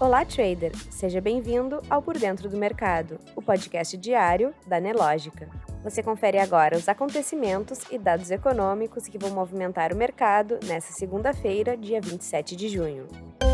Olá, trader! Seja bem-vindo ao Por Dentro do Mercado, o podcast diário da Nelogica. Você confere agora os acontecimentos e dados econômicos que vão movimentar o mercado nesta segunda-feira, dia 27 de junho.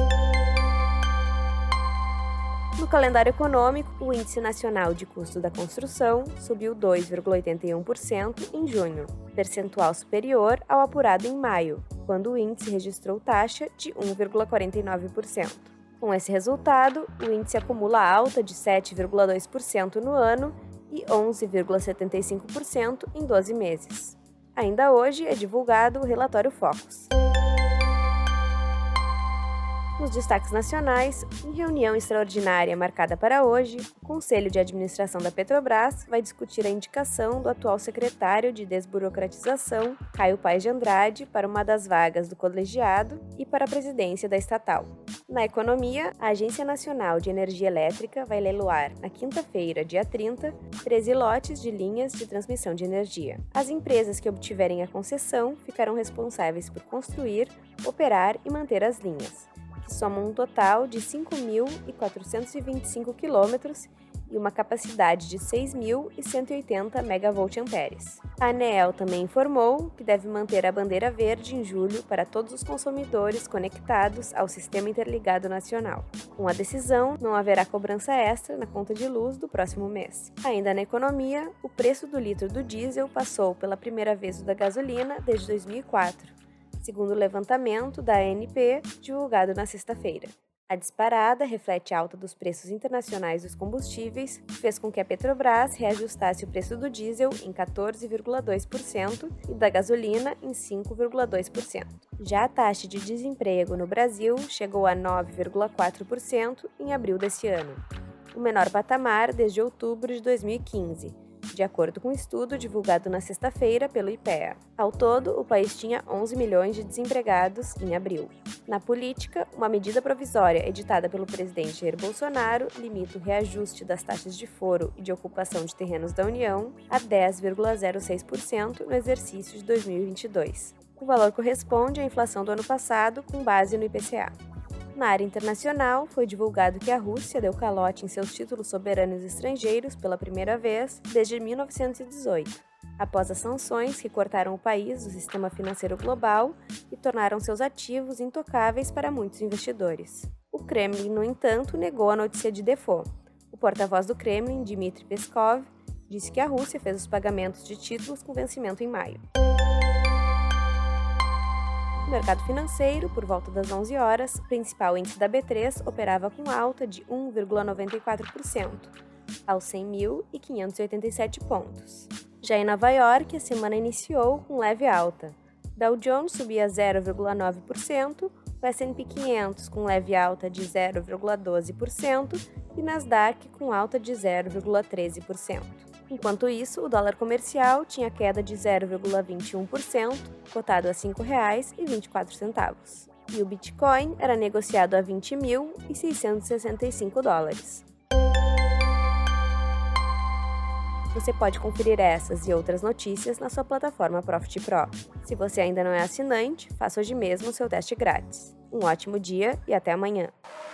No calendário econômico, o Índice Nacional de Custo da Construção subiu 2,81% em junho, percentual superior ao apurado em maio, quando o índice registrou taxa de 1,49%. Com esse resultado, o índice acumula alta de 7,2% no ano e 11,75% em 12 meses. Ainda hoje é divulgado o relatório Focus. Nos destaques nacionais, em reunião extraordinária marcada para hoje, o Conselho de Administração da Petrobras vai discutir a indicação do atual secretário de Desburocratização, Caio Paes de Andrade, para uma das vagas do colegiado e para a presidência da estatal. Na economia, a Agência Nacional de Energia Elétrica vai leiloar, na quinta-feira, dia 30, 13 lotes de linhas de transmissão de energia. As empresas que obtiverem a concessão ficarão responsáveis por construir, operar e manter as linhas, que somam um total de 5.425 quilômetros e uma capacidade de 6.180 MVA. A ANEEL também informou que deve manter a bandeira verde em julho para todos os consumidores conectados ao Sistema Interligado Nacional. Com a decisão, não haverá cobrança extra na conta de luz do próximo mês. Ainda na economia, o preço do litro do diesel passou pela primeira vez o da gasolina desde 2004. Segundo o levantamento da ANP, divulgado na sexta-feira. A disparada reflete a alta dos preços internacionais dos combustíveis, que fez com que a Petrobras reajustasse o preço do diesel em 14,2% e da gasolina em 5,2%. Já a taxa de desemprego no Brasil chegou a 9,4% em abril desse ano, o menor patamar desde outubro de 2015. De acordo com um estudo divulgado na sexta-feira pelo IPEA. Ao todo, o país tinha 11 milhões de desempregados em abril. Na política, uma medida provisória editada pelo presidente Jair Bolsonaro limita o reajuste das taxas de foro e de ocupação de terrenos da União a 10,06% no exercício de 2022. O valor corresponde à inflação do ano passado, com base no IPCA. Na área internacional, foi divulgado que a Rússia deu calote em seus títulos soberanos estrangeiros pela primeira vez desde 1918, após as sanções que cortaram o país do sistema financeiro global e tornaram seus ativos intocáveis para muitos investidores. O Kremlin, no entanto, negou a notícia de default. O porta-voz do Kremlin, Dmitry Peskov, disse que a Rússia fez os pagamentos de títulos com vencimento em maio. No mercado financeiro, por volta das 11 horas, o principal índice da B3 operava com alta de 1,94%, aos 100.587 pontos. Já em Nova York, a semana iniciou com leve alta. Dow Jones subia 0,9%, o S&P 500 com leve alta de 0,12% e Nasdaq com alta de 0,13%. Enquanto isso, o dólar comercial tinha queda de 0,21%, cotado a R$ 5,24. E o Bitcoin era negociado a $20.665. Você pode conferir essas e outras notícias na sua plataforma Profit Pro. Se você ainda não é assinante, faça hoje mesmo o seu teste grátis. Um ótimo dia e até amanhã!